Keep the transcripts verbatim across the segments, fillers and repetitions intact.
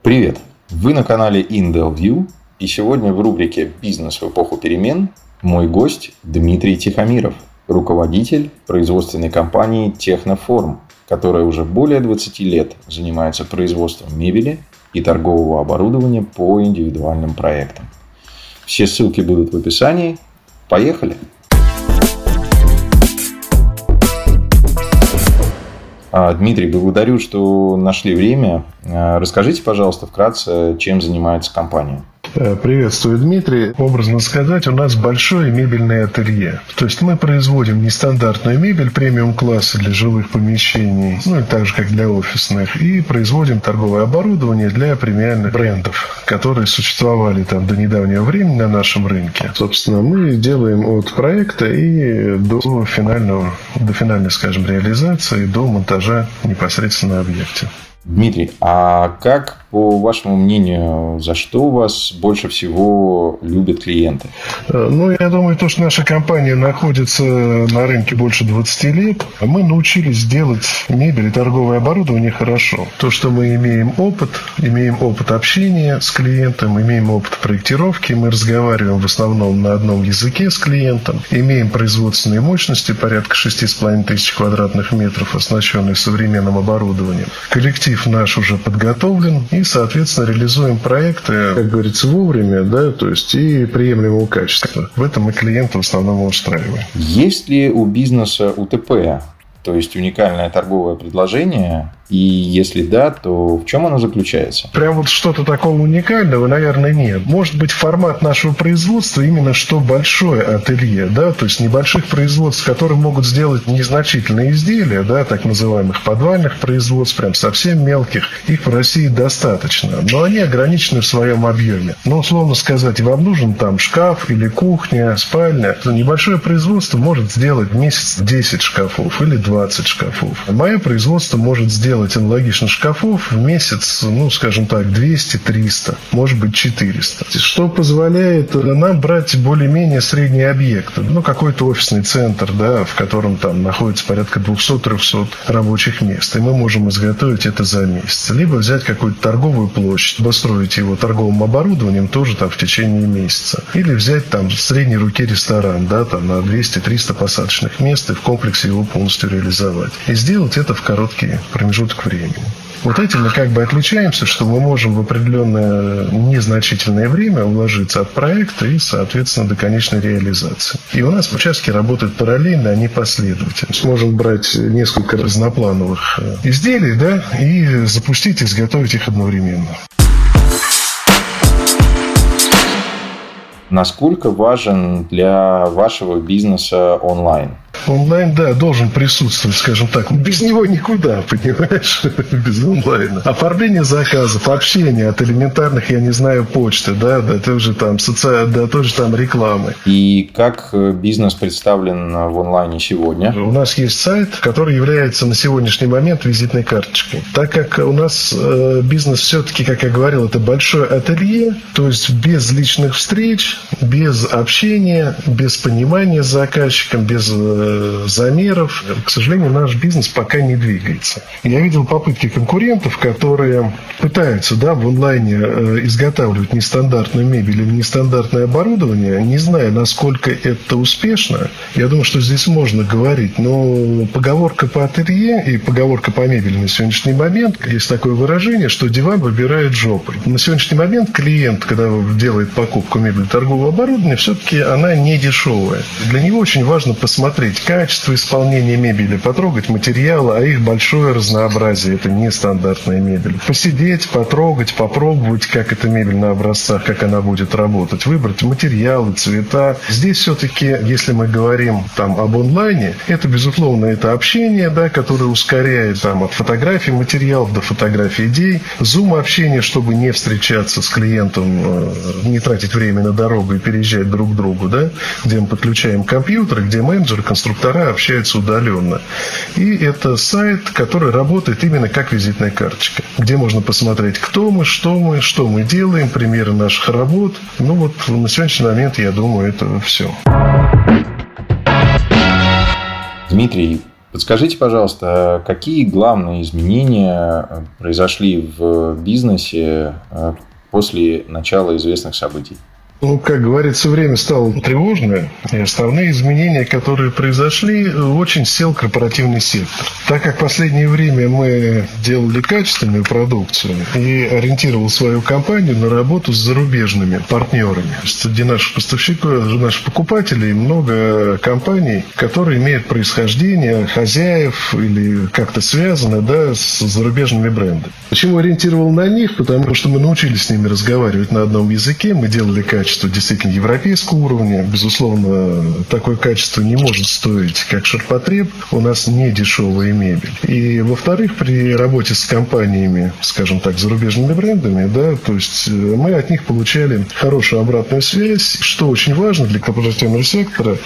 Привет! Вы на канале InDelView, и сегодня в рубрике «Бизнес в эпоху перемен» мой гость Дмитрий Тихомиров, руководитель производственной компании «Техноформ», которая уже более двадцати лет занимается производством мебели и торгового оборудования по индивидуальным проектам. Все ссылки будут в описании. Поехали! Дмитрий, благодарю, что нашли время. Расскажите, пожалуйста, вкратце, чем занимается компания. Приветствую, Дмитрий. Образно сказать, у нас большое мебельное ателье. То есть мы производим нестандартную мебель премиум-класса для жилых помещений, ну и так же, как для офисных, и производим торговое оборудование для премиальных брендов, которые существовали там до недавнего времени на нашем рынке. Собственно, мы делаем от проекта и до финального, до финальной, скажем, реализации, до монтажа непосредственно на объекте. Дмитрий, а как, по вашему мнению, за что вас больше всего любят клиенты? Ну, я думаю, то, что наша компания находится на рынке больше двадцати лет, мы научились делать мебель и торговое оборудование хорошо. То, что мы имеем опыт, имеем опыт общения с клиентом, имеем опыт проектировки, мы разговариваем в основном на одном языке с клиентом, имеем производственные мощности порядка шести с половиной тысяч квадратных метров, оснащенные современным оборудованием. Коллектив наш уже подготовлен, и, соответственно, реализуем проекты, как говорится, вовремя, да, то есть и приемлемого качества. В этом мы клиента в основном устраиваем. Есть ли у бизнеса УТП, то есть уникальное торговое предложение? И если да, то в чем оно заключается? Прям вот что-то такого уникального, наверное, нет. Может быть, формат нашего производства именно что большое ателье, да, то есть небольших производств, которые могут сделать незначительные изделия, да, так называемых подвальных производств, прям совсем мелких. Их в России достаточно, но они ограничены в своем объеме. Ну, условно сказать, вам нужен там шкаф или кухня, спальня. Небольшое производство может сделать в месяц десять шкафов или двадцать шкафов. Мое производство может сделать аналогично шкафов в месяц, ну, скажем так, двести-триста, может быть, четыреста. Что позволяет нам брать более-менее средние объекты. Ну, какой-то офисный центр, да, в котором там находится порядка двести-триста рабочих мест. И мы можем изготовить это за месяц. Либо взять какую-то торговую площадь, обустроить его торговым оборудованием тоже там в течение месяца. Или взять там в средней руке ресторан, да, там на двести-триста посадочных мест и в комплексе его полностью реализовать. И сделать это в короткий промежуток времени. Вот этим мы как бы отличаемся, что мы можем в определенное незначительное время уложиться от проекта и, соответственно, до конечной реализации. И у нас участки работают параллельно, а не последовательно. Сможем брать несколько разноплановых изделий, да, и запустить и изготовить их одновременно. Насколько важен для вашего бизнеса онлайн? Онлайн, да, должен присутствовать, скажем так. Без него никуда, понимаешь? Без онлайна. Оформление заказов, общение от элементарных, я не знаю, почты, да, до той же там соци... до той же там рекламы. И как бизнес представлен в онлайне сегодня? У нас есть сайт, который является на сегодняшний момент визитной карточкой. Так как у нас э, бизнес все-таки, как я говорил, это большое ателье, то есть без личных встреч, без общения, без понимания с заказчиком, без э, замеров, к сожалению, наш бизнес пока не двигается. Я видел попытки конкурентов, которые пытаются, да, в онлайне изготавливать нестандартную мебель или нестандартное оборудование, не зная, насколько это успешно. Я думаю, что здесь можно говорить, но поговорка по ателье и поговорка по мебели на сегодняшний момент, есть такое выражение, что диван выбирает жопой. На сегодняшний момент клиент, когда делает покупку мебели торгового оборудования, все-таки она не дешевая. Для него очень важно посмотреть качество исполнения мебели, потрогать материалы, а их большое разнообразие. Это нестандартная мебель. Посидеть, потрогать, попробовать, как эта мебель на образцах, как она будет работать, выбрать материалы, цвета. Здесь все-таки, если мы говорим там об онлайне, это, безусловно, это общение, да, которое ускоряет там от фотографий материалов до фотографий идей, зум-общение, чтобы не встречаться с клиентом, не тратить время на дорогу и переезжать друг к другу, да, где мы подключаем компьютеры, где менеджеры, конструктора общаются удаленно. И это сайт, который работает именно как визитная карточка, где можно посмотреть, кто мы, что мы, что мы делаем, примеры наших работ. Ну вот на сегодняшний момент, я думаю, это все. Дмитрий, Подскажите, пожалуйста, какие главные изменения произошли в бизнесе после начала известных событий? Ну, как говорится, время стало тревожное, и основные изменения, которые произошли, очень сел корпоративный сектор. Так как в последнее время мы делали качественную продукцию и ориентировал свою компанию на работу с зарубежными партнерами. Среди наших поставщиков, наших покупателей много компаний, которые имеют происхождение хозяев или как-то связаны, да, с зарубежными брендами. Почему ориентировал на них? Потому что мы научились с ними разговаривать на одном языке, мы делали качество действительно европейского уровня. Безусловно, такое качество не может стоить, как ширпотреб. У нас не дешевая мебель. И, во-вторых, при работе с компаниями, скажем так, зарубежными брендами, да, то есть мы от них получали хорошую обратную связь. Что очень важно для корпоративного сектора,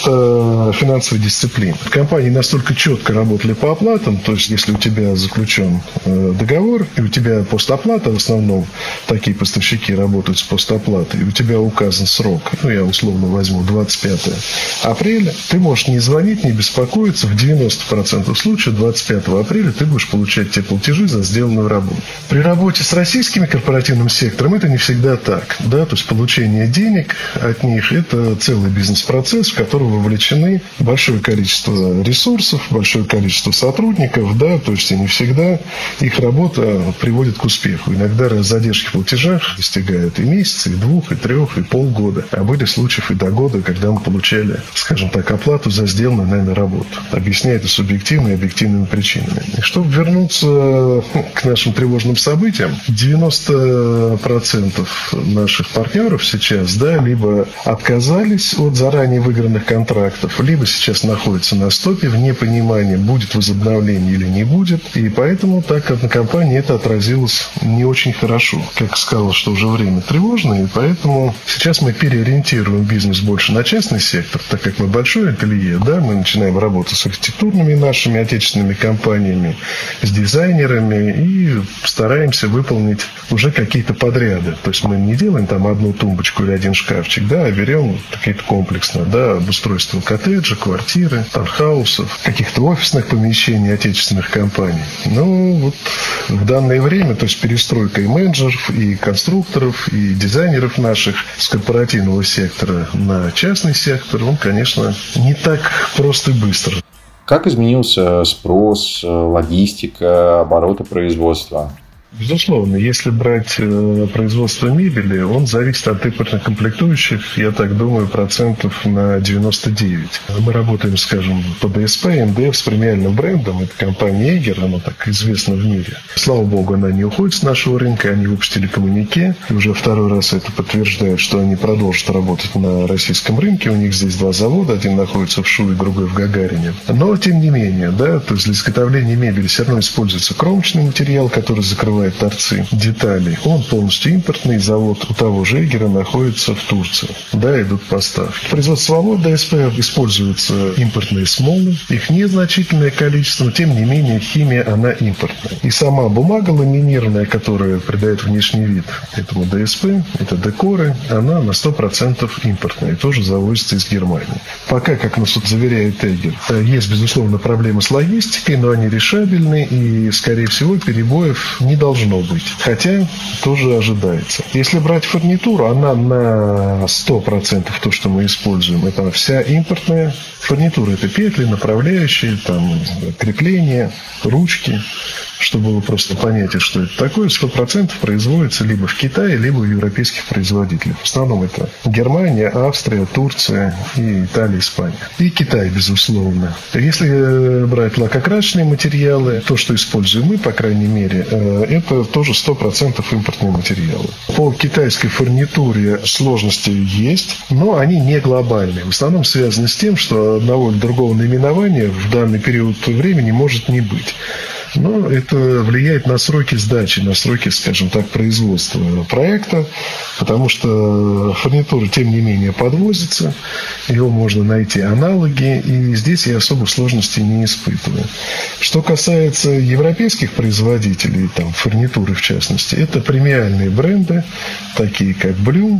это финансовая дисциплина. Компании настолько четко работали по оплатам, то есть если у тебя заключен договор, и у тебя постоплата, в основном такие поставщики работают с постоплатой, и у тебя указан срок, ну, я условно возьму двадцать пятое апреля, ты можешь не звонить, не беспокоиться, в девяносто процентов случаев двадцать пятого апреля ты будешь получать те платежи за сделанную работу. При работе с российскими корпоративным сектором это не всегда так, да, то есть получение денег от них – это целый бизнес-процесс, в который вовлечены большое количество ресурсов, большое количество сотрудников, да, то есть и не всегда их работа приводит к успеху. Иногда задержки в платежах достигают и месяца, и двух, и трех, и полгода. А были случаи и до года, когда мы получали, скажем так, оплату за сделанную нами работу. Объясняя это субъективными и объективными причинами. И чтобы вернуться к нашим тревожным событиям, девяносто процентов наших партнеров сейчас, да, либо отказались от заранее выигранных контрактов, либо сейчас находятся на стопе в непонимании, будет возобновление или не будет. И поэтому так как на компании это отразилось не очень хорошо. Как сказал, что уже время тревожное, и поэтому сейчас мы переориентируем бизнес больше на частный сектор, так как мы большое ателье, да, мы начинаем работать с архитектурными нашими отечественными компаниями, с дизайнерами и стараемся выполнить уже какие-то подряды. То есть мы не делаем там одну тумбочку или один шкафчик, да, а берем какие-то комплексно, да, обустройство коттеджа, квартиры, таунхаусов, каких-то офисных помещений отечественных компаний. Ну, вот в данное время, то есть перестройка и менеджеров, и конструкторов, и дизайнеров наших с корпоративного сектора на частный сектор, он, конечно, не так просто и быстро. Как изменился спрос, логистика, обороты производства? Безусловно, если брать э, производство мебели, он зависит от импортных комплектующих, я так думаю, процентов на девяносто девять. Мы работаем, скажем, по ДСП, эн дэ эф с премиальным брендом. Это компания Эгер, она так известна в мире. Слава богу, она не уходит с нашего рынка. Они выпустили коммюнике. И уже второй раз это подтверждает, что они продолжат работать на российском рынке. У них здесь два завода. Один находится в Шуе, другой в Гагарине. Но, тем не менее, да, то есть для изготовления мебели все равно используется кромочный материал, который закрывает торцы деталей. Он полностью импортный. Завод у того же Эгера находится в Турции. Да, идут поставки. Производство самого ДСП используются импортные смолы. Их незначительное количество, но тем не менее химия, она импортная. И сама бумага ламинированная, которая придает внешний вид этому ДСП, это декоры, она на сто процентов импортная и тоже завозится из Германии. Пока, как нас тут заверяет Эгер, есть, безусловно, проблемы с логистикой, но они решабельны и, скорее всего, перебоев не должно быть. Хотя тоже ожидается. Если брать фурнитуру, она на сто процентов то, что мы используем, это вся импортная фурнитура. Это петли, направляющие, там, крепления, ручки. Чтобы было просто понятие, что это такое, сто процентов производится либо в Китае, либо у европейских производителей. В основном это Германия, Австрия, Турция, и Италия, Испания. И Китай, безусловно. Если брать лакокрасочные материалы, то, что используем мы, по крайней мере, это тоже сто процентов импортные материалы. По китайской фурнитуре сложности есть, но они не глобальные. В основном связаны с тем, что одного или другого наименования в данный период времени может не быть. Но это влияет на сроки сдачи, на сроки, скажем так, производства проекта, потому что фурнитура, тем не менее, подвозится, его можно найти аналоги, и здесь я особых сложностей не испытываю. Что Что касается европейских производителей, там, фурнитуры в частности, это премиальные бренды, такие как Blue.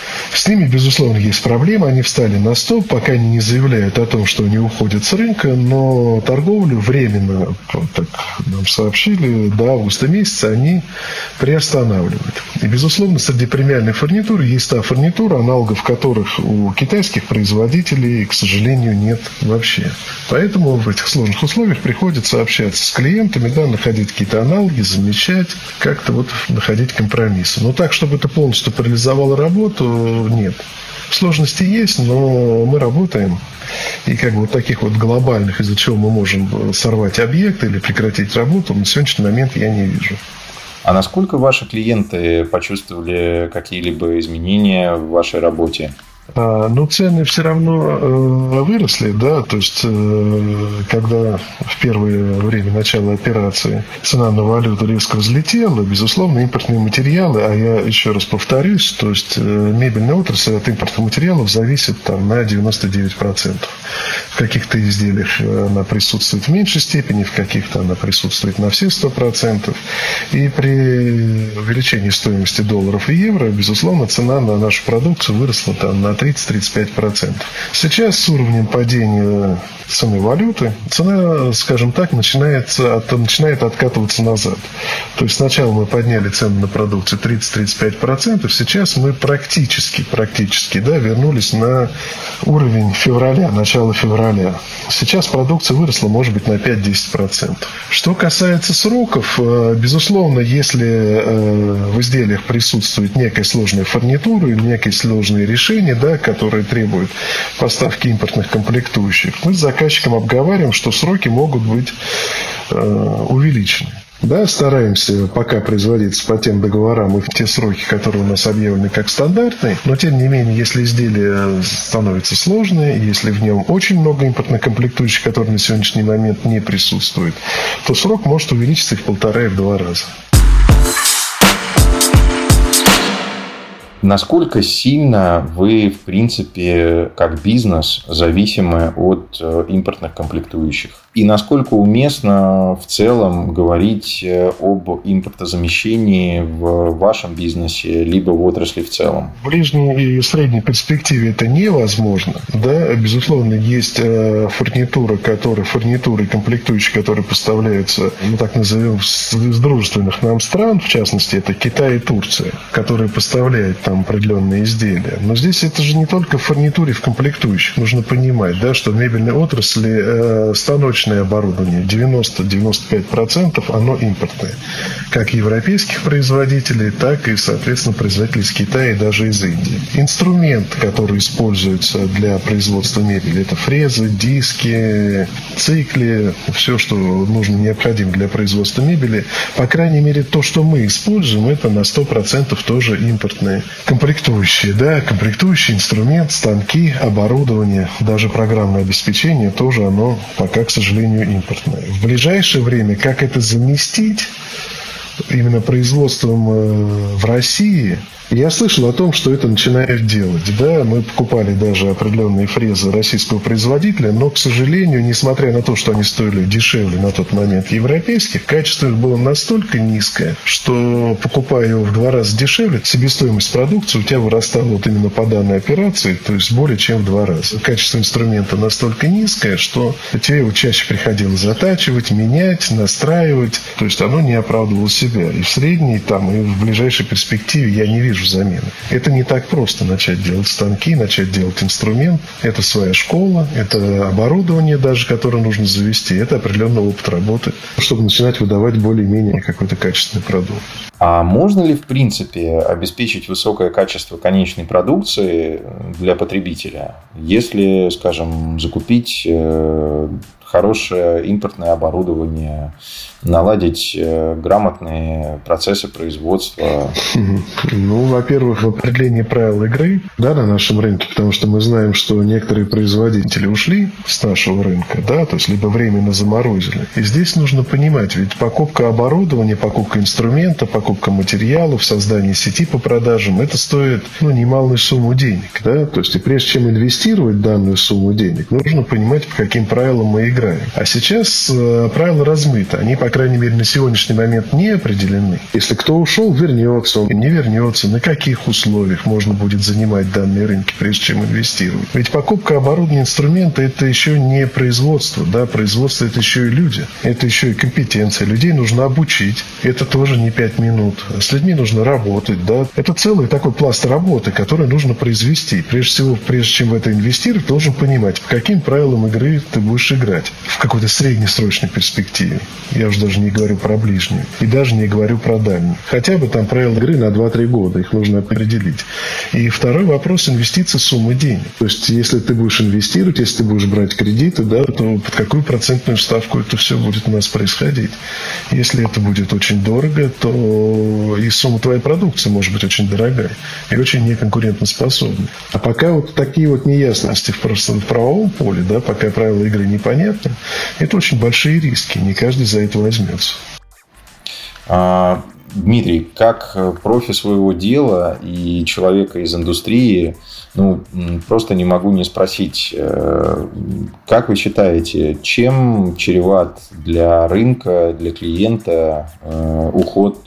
С ними, безусловно, есть проблемы. Они встали на стоп, пока они не заявляют о том, что они уходят с рынка, но торговлю временно, вот так нам сообщили, до августа месяца они приостанавливают. И, безусловно, среди премиальной фурнитуры есть та фурнитура, аналогов которых у китайских производителей, к сожалению, нет вообще. Поэтому в этих сложных условиях приходится общаться с клиентами, да, находить какие-то аналоги, замечать, как-то вот находить компромиссы. Но так, чтобы это полностью парализовало работу, нет. Сложности есть, но мы работаем. И как бы вот таких вот глобальных, из-за чего мы можем сорвать объект или прекратить работу, на сегодняшний момент я не вижу. А насколько ваши клиенты почувствовали какие-либо изменения в вашей работе? А, ну, цены все равно э, выросли, да, то есть, э, когда в первое время начала операции цена на валюту резко взлетела, безусловно, импортные материалы, а я еще раз повторюсь, то есть, э, мебельная отрасль от импортных материалов зависит там на девяносто девять процентов. В каких-то изделиях она присутствует в меньшей степени, в каких-то она присутствует на все сто процентов. И при увеличении стоимости долларов и евро, безусловно, цена на нашу продукцию выросла там на тридцать-тридцать пять процентов. Сейчас с уровнем падения цены валюты цена, скажем так, начинается, от, начинает откатываться назад. То есть сначала мы подняли цену на продукцию тридцать-тридцать пять процентов, сейчас мы практически, практически да, вернулись на уровень февраля, начала февраля. Сейчас продукция выросла, может быть, на пять-десять процентов. Что касается сроков, безусловно, если в изделиях присутствует некая сложная фурнитура или некие сложные решения, да, которые требуют поставки импортных комплектующих, мы с заказчиком обговариваем, что сроки могут быть э, увеличены. Да, стараемся пока производиться по тем договорам и в те сроки, которые у нас объявлены как стандартные, но тем не менее, если изделие становится сложное, если в нем очень много импортных комплектующих, которые на сегодняшний момент не присутствуют, то срок может увеличиться и в полтора, и в два раза. Насколько сильно вы, в принципе, как бизнес, зависимы от импортных комплектующих? И насколько уместно в целом говорить об импортозамещении в вашем бизнесе, либо в отрасли в целом? В ближней и средней перспективе это невозможно. Да, безусловно, есть фурнитура, которая, фурнитуры и комплектующие, которые поставляются, ну так назовем, с дружественных нам стран, в частности, это Китай и Турция, которые поставляют там определенные изделия. Но здесь это же не только в фурнитуре, в комплектующих. Нужно понимать, да, что в мебельной отрасли э, станочное оборудование девяносто-девяносто пять процентов оно импортное. Как европейских производителей, так и, соответственно, производителей из Китая и даже из Индии. Инструмент, который используется для производства мебели, это фрезы, диски, цикли, все, что нужно, необходимо для производства мебели. По крайней мере, то, что мы используем, это на сто процентов тоже импортные комплектующие, да, комплектующий инструмент, станки, оборудование, даже программное обеспечение тоже оно пока, к сожалению, импортное. В ближайшее время как это заместить именно производством в России? Я слышал о том, что это начинают делать. Да, мы покупали даже определенные фрезы российского производителя, но, к сожалению, несмотря на то, что они стоили дешевле на тот момент европейских, качество их было настолько низкое, что, покупая его в два раза дешевле, себестоимость продукции у тебя вырастала вот именно по данной операции, то есть более чем в два раза. Качество инструмента настолько низкое, что тебе его чаще приходилось затачивать, менять, настраивать, то есть оно не оправдывало себя. И в средней, там, и в ближайшей перспективе я не вижу замены. Это не так просто начать делать станки, начать делать инструмент. Это своя школа, это оборудование даже, которое нужно завести. Это определенный опыт работы, чтобы начинать выдавать более-менее какой-то качественный продукт. А можно ли, в принципе, обеспечить высокое качество конечной продукции для потребителя, если, скажем, закупить хорошее импортное оборудование, наладить грамотные процессы производства? Ну, во-первых, в определении правил игры, да, на нашем рынке, потому что мы знаем, что некоторые производители ушли с нашего рынка, да, то есть либо временно заморозили. И здесь нужно понимать, ведь покупка оборудования, покупка инструмента, покупка материалов, создание сети по продажам, это стоит, ну, немалую сумму денег, да, то есть и прежде чем инвестировать данную сумму денег, нужно понимать, по каким правилам мы играем. играем. А сейчас э, правила размыты. Они, по крайней мере, на сегодняшний момент не определены. Если кто ушел, вернется, он не вернется, на каких условиях можно будет занимать данные рынки, прежде чем инвестировать. Ведь покупка оборудования, инструмента – это еще не производство. Да? Производство – это еще и люди. Это еще и компетенция. Людей нужно обучить. Это тоже не пять минут. С людьми нужно работать. Да? Это целый такой пласт работы, который нужно произвести. Прежде всего, прежде чем в это инвестировать, должен понимать, по каким правилам игры ты будешь играть в какой-то среднесрочной перспективе. Я уже даже не говорю про ближнюю. И даже не говорю про дальнюю. Хотя бы там правила игры на два-три года. Их нужно определить. И второй вопрос – инвестиции суммы денег. То есть, если ты будешь инвестировать, если ты будешь брать кредиты, да, то под какую процентную ставку это все будет у нас происходить. Если это будет очень дорого, то и сумма твоей продукции может быть очень дорогая и очень неконкурентоспособной. А пока вот такие вот неясности в, просто в правовом поле, да, пока правила игры непонятны, это очень большие риски. Не каждый за это возьмется. А, Дмитрий, как профи своего дела и человека из индустрии, ну, просто не могу не спросить, как вы считаете, чем чреват для рынка, для клиента уход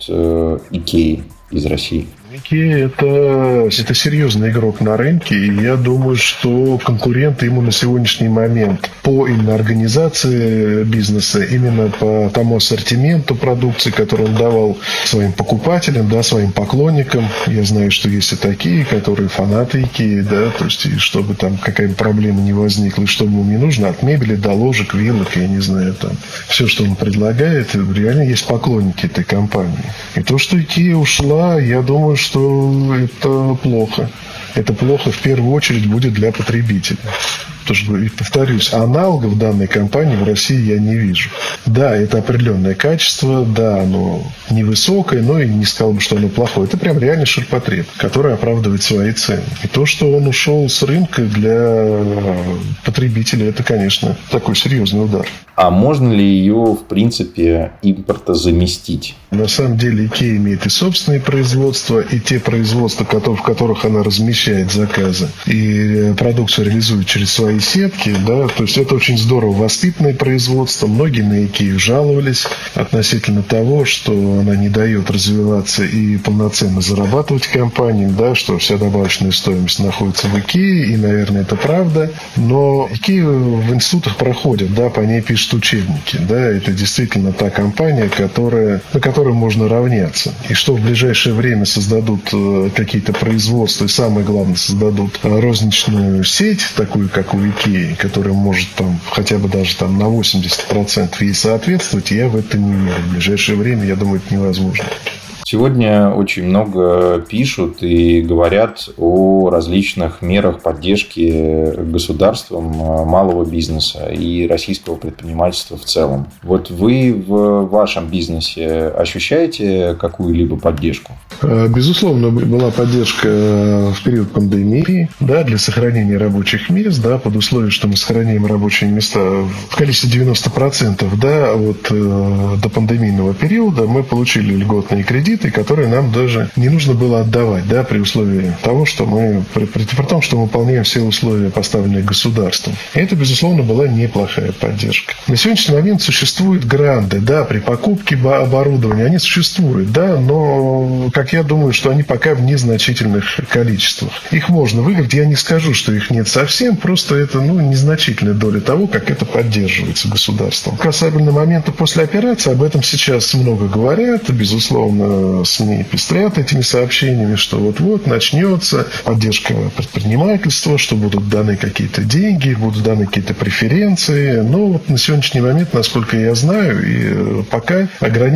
IKEA из России? IKEA это, это серьезный игрок на рынке, и я думаю, что конкуренты ему на сегодняшний момент по именно организации бизнеса, именно по тому ассортименту продукции, который он давал своим покупателям, да, своим поклонникам. Я знаю, что есть и такие, которые фанаты IKEA, да, то есть, и чтобы там какая-то проблема не возникла, и что ему не нужно, от мебели до ложек, вилок, я не знаю, там, все, что он предлагает, реально есть поклонники этой компании. И то, что IKEA ушла, я думаю, что это плохо. Это плохо в первую очередь будет для потребителя. Потому что, и повторюсь, аналогов данной компании в России я не вижу. Да, это определенное качество, да, оно невысокое, но и не сказал бы, что оно плохое. Это прям реальный ширпотреб, который оправдывает свои цены. И то, что он ушел с рынка для потребителя, это, конечно, такой серьезный удар. А можно ли ее, в принципе, импортозаместить? На самом деле IKEA имеет и собственные производства, и те производства, в которых она размещает заказы, и продукцию реализует через свои сетки. Да? То есть это очень здорово воспитанное производство. Многие на IKEA жаловались относительно того, что она не дает развиваться и полноценно зарабатывать компаниям, да, что вся добавочная стоимость находится в IKEA, и, наверное, это правда. Но IKEA в институтах проходят, да, по ней пишут учебники. Да, это действительно та компания, которая, на которую можно равняться. И что в ближайшее время создадут какие-то производства, и самое главное, создадут розничную сеть, такую, как у IKEA, которая может там хотя бы даже там на восемьдесят процентов ей соответствовать, я в это не верю. В ближайшее время, я думаю, это невозможно. Сегодня очень много пишут и говорят о различных мерах поддержки государством малого бизнеса и российского предпринимательства в целом. Вот вы в вашем бизнесе ощущаете какую-либо поддержку? Безусловно, была поддержка в период пандемии, да, для сохранения рабочих мест, да, под условием, что мы сохраняем рабочие места в количестве девяносто процентов, да, вот э, до пандемийного периода мы получили льготные кредиты, которые нам даже не нужно было отдавать, да, при условии того, что мы, при, при, при том, что мы выполняем все условия, поставленные государством. И это, безусловно, была неплохая поддержка. На сегодняшний момент существуют гранты, да, при покупке оборудования, они существуют, да, но, как я думаю, что они пока в незначительных количествах. Их можно выиграть, я не скажу, что их нет совсем, просто это, ну, незначительная доля того, как это поддерживается государством. Касательно момента после операции, об этом сейчас много говорят, безусловно, СМИ пестрят этими сообщениями, что вот-вот начнется поддержка предпринимательства, что будут даны какие-то деньги, будут даны какие-то преференции. Но вот на сегодняшний момент, насколько я знаю, и пока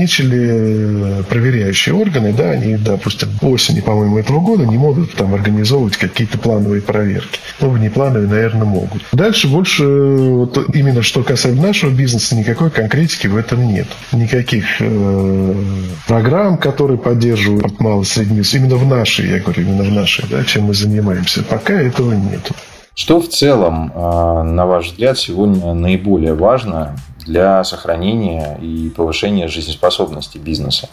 ограничили проверяющие органы, да, они, допустим, осени, по-моему, этого года не могут там организовывать какие-то плановые проверки. Ну, не плановые, наверное, могут. Дальше больше, вот именно что касается нашего бизнеса, никакой конкретики в этом нет. Никаких э, программ, которые поддерживают малый и средний бизнес, именно в нашей, я говорю, именно в нашей, да, чем мы занимаемся. Пока этого нет. Что в целом, на ваш взгляд, сегодня наиболее важно для сохранения и повышения жизнеспособности бизнеса?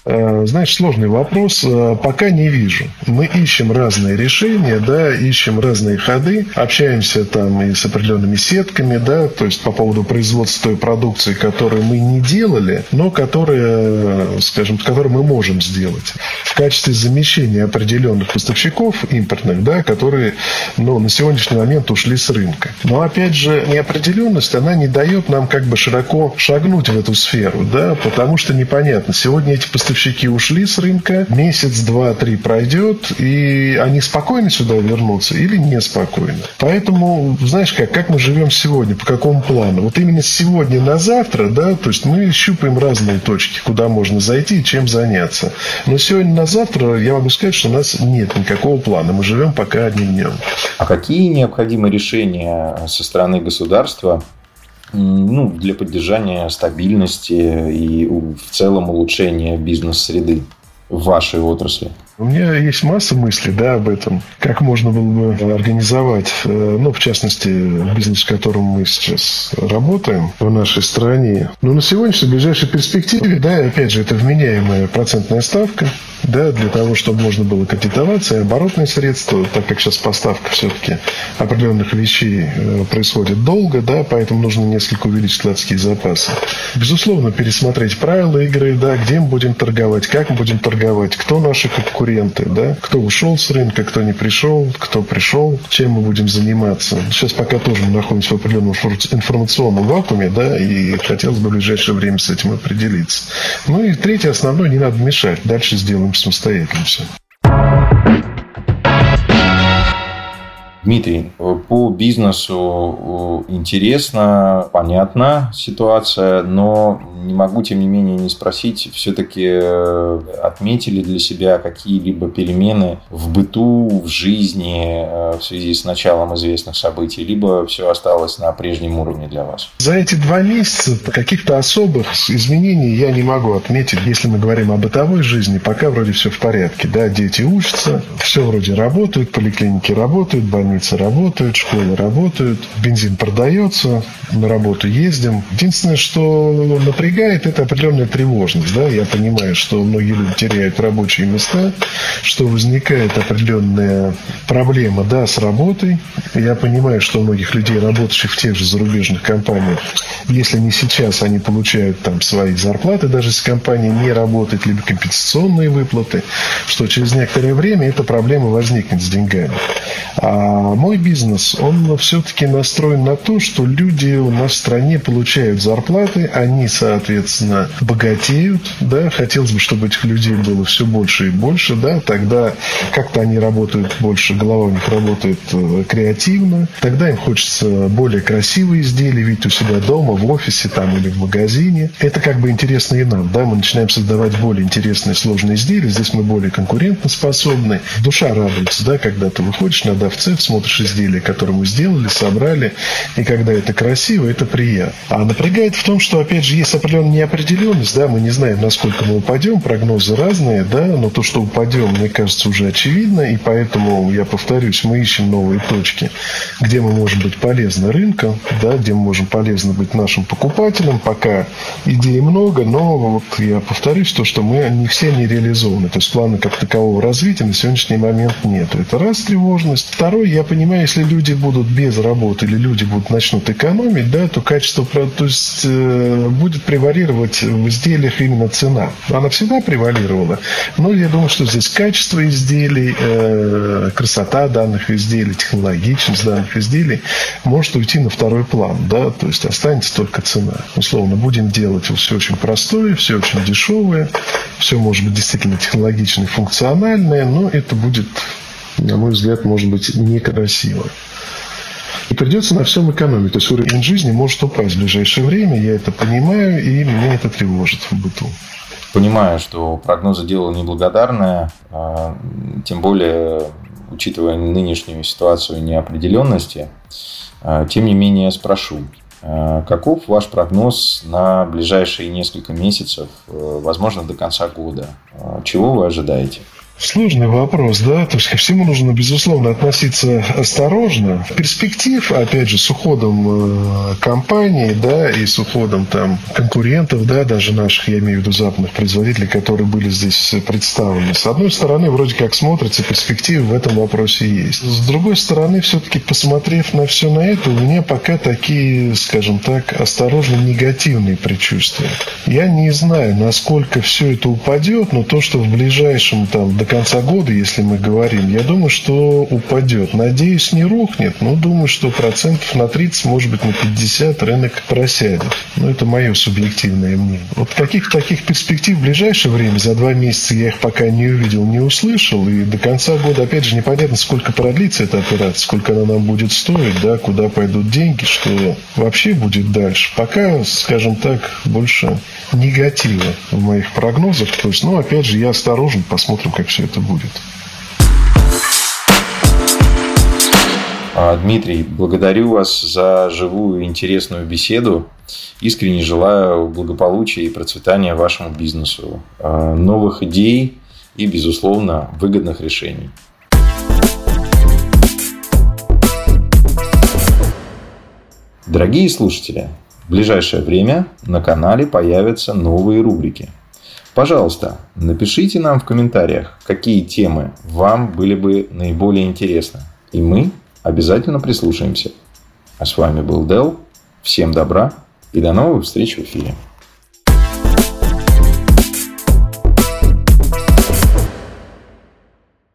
Знаешь, сложный вопрос. Пока не вижу. Мы ищем разные решения, да, ищем разные ходы, общаемся там и с определенными сетками, да, то есть по поводу производства той продукции, которую мы не делали, но которая, скажем, которую мы можем сделать. В качестве замещения определенных поставщиков импортных, да, которые, ну, на сегодняшний момент ушли с рынка. Но, опять же, неопределенность, она не дает нам как бы широко шагнуть в эту сферу, да, потому что непонятно. Сегодня эти поставщики ушли с рынка, месяц, два, три пройдет, и они спокойно сюда вернутся или неспокойно. Поэтому, знаешь как, как мы живем сегодня, по какому плану? Вот именно с сегодня на завтра, да, то есть мы щупаем разные точки, куда можно зайти и чем заняться. Но сегодня на завтра я могу сказать, что у нас нет никакого плана. Мы живем пока одним днем. А какие необходимы решения со стороны государства, ну, для поддержания стабильности и в целом улучшения бизнес-среды в вашей отрасли? У меня есть масса мыслей, да, об этом, как можно было бы организовать, ну, в частности, бизнес, в котором мы сейчас работаем в нашей стране. Но на сегодняшней, в ближайшей перспективе, да, опять же, это вменяемая процентная ставка, да, для того, чтобы можно было кредитоваться, и оборотные средства, так как сейчас поставка все-таки определенных вещей происходит долго, да, поэтому нужно несколько увеличить складские запасы. Безусловно, пересмотреть правила игры, да, где мы будем торговать, как мы будем торговать, кто наши конкуренты, да, кто ушел с рынка, кто не пришел, кто пришел, чем мы будем заниматься. Сейчас пока тоже мы находимся в определенном информационном вакууме, да, и хотелось бы в ближайшее время с этим определиться. Ну и третье, основное, не надо мешать. Дальше сделаем самостоятельно все. Дмитрий, по бизнесу интересно, понятна ситуация, но не могу, тем не менее, не спросить, все-таки отметили для себя какие-либо перемены в быту, в жизни в связи с началом известных событий, либо все осталось на прежнем уровне для вас? За эти два месяца каких-то особых изменений я не могу отметить. Если мы говорим о бытовой жизни, пока вроде все в порядке. Да, дети учатся, все вроде работают, поликлиники работают, больницы работают, школы работают, бензин продается, на работу ездим. Единственное, что напрягает, это определенная тревожность. Да? Я понимаю, что многие люди теряют рабочие места, что возникает определенная проблема, да, с работой. Я понимаю, что у многих людей, работающих в тех же зарубежных компаниях, если не сейчас, они получают там свои зарплаты, даже если компания не работает, либо компенсационные выплаты, что через некоторое время эта проблема возникнет с деньгами. А мой бизнес, он все-таки настроен на то, что люди у нас в стране получают зарплаты, они, соответственно, богатеют, да, хотелось бы, чтобы этих людей было все больше и больше, да, тогда как-то они работают больше, голова у них работает креативно, тогда им хочется более красивые изделия видеть у себя дома, в офисе там или в магазине. Это как бы интересно и нам, да, мы начинаем создавать более интересные, сложные изделия, здесь мы более конкурентоспособны, душа радуется, да, когда ты выходишь на DevCev, смотришь изделия, которые мы сделали, собрали, и когда это красиво, это приятно. А напрягает в том, что, опять же, есть определенная неопределенность, да, мы не знаем, насколько мы упадем, прогнозы разные, да, но то, что упадем, мне кажется, уже очевидно, и поэтому, я повторюсь, мы ищем новые точки, где мы можем быть полезны рынку, да, где мы можем полезны быть нашим покупателям, пока идей много, но вот я повторюсь, то, что мы не все не реализованы, то есть плана как такового развития на сегодняшний момент нет. Это раз тревожность. Второй, я понимаю, если люди будут без работы или люди будут начнут экономить, да, то качество, то есть э, будет превалировать в изделиях именно цена. Она всегда превалировала, но я думаю, что здесь качество изделий, э, красота данных изделий, технологичность данных изделий может уйти на второй план, да, то есть останется только цена. Условно, будем делать все очень простое, все очень дешевое, все может быть действительно технологичное, функциональное, но это будет, на мой взгляд, может быть некрасиво. И придется на всем экономить. То есть уровень жизни может упасть в ближайшее время, я это понимаю, и меня это тревожит в быту. Понимаю, что прогнозы дело неблагодарное, тем более, учитывая нынешнюю ситуацию неопределенности. Тем не менее, спрошу, каков ваш прогноз на ближайшие несколько месяцев, возможно, до конца года? Чего вы ожидаете? Сложный вопрос, да, то есть ко всему нужно, безусловно, относиться осторожно. Перспектив, опять же, с уходом э, компаний, да, и с уходом там конкурентов, да, даже наших, я имею в виду западных производителей, которые были здесь представлены. С одной стороны, вроде как смотрится, перспективы в этом вопросе есть. С другой стороны, все-таки, посмотрев на все на это, у меня пока такие, скажем так, осторожно негативные предчувствия. Я не знаю, насколько все это упадет, но то, что в ближайшем там до конца года, если мы говорим, я думаю, что упадет. Надеюсь, не рухнет, но думаю, что процентов на тридцать, может быть, на пятьдесят рынок просядет. Но это мое субъективное мнение. Вот каких таких перспектив в ближайшее время, за два месяца я их пока не увидел, не услышал. И до конца года, опять же, непонятно, сколько продлится эта операция, сколько она нам будет стоить, да, куда пойдут деньги, что вообще будет дальше. Пока, скажем так, больше негатива в моих прогнозах. То есть, ну, опять же, я осторожен, посмотрим, как все это будет. Дмитрий, благодарю вас за живую и интересную беседу. Искренне желаю благополучия и процветания вашему бизнесу, новых идей и, безусловно, выгодных решений. Дорогие слушатели, в ближайшее время на канале появятся новые рубрики. Пожалуйста, напишите нам в комментариях, какие темы вам были бы наиболее интересны. И мы обязательно прислушаемся. А с вами был Дэл. Всем добра и до новых встреч в эфире.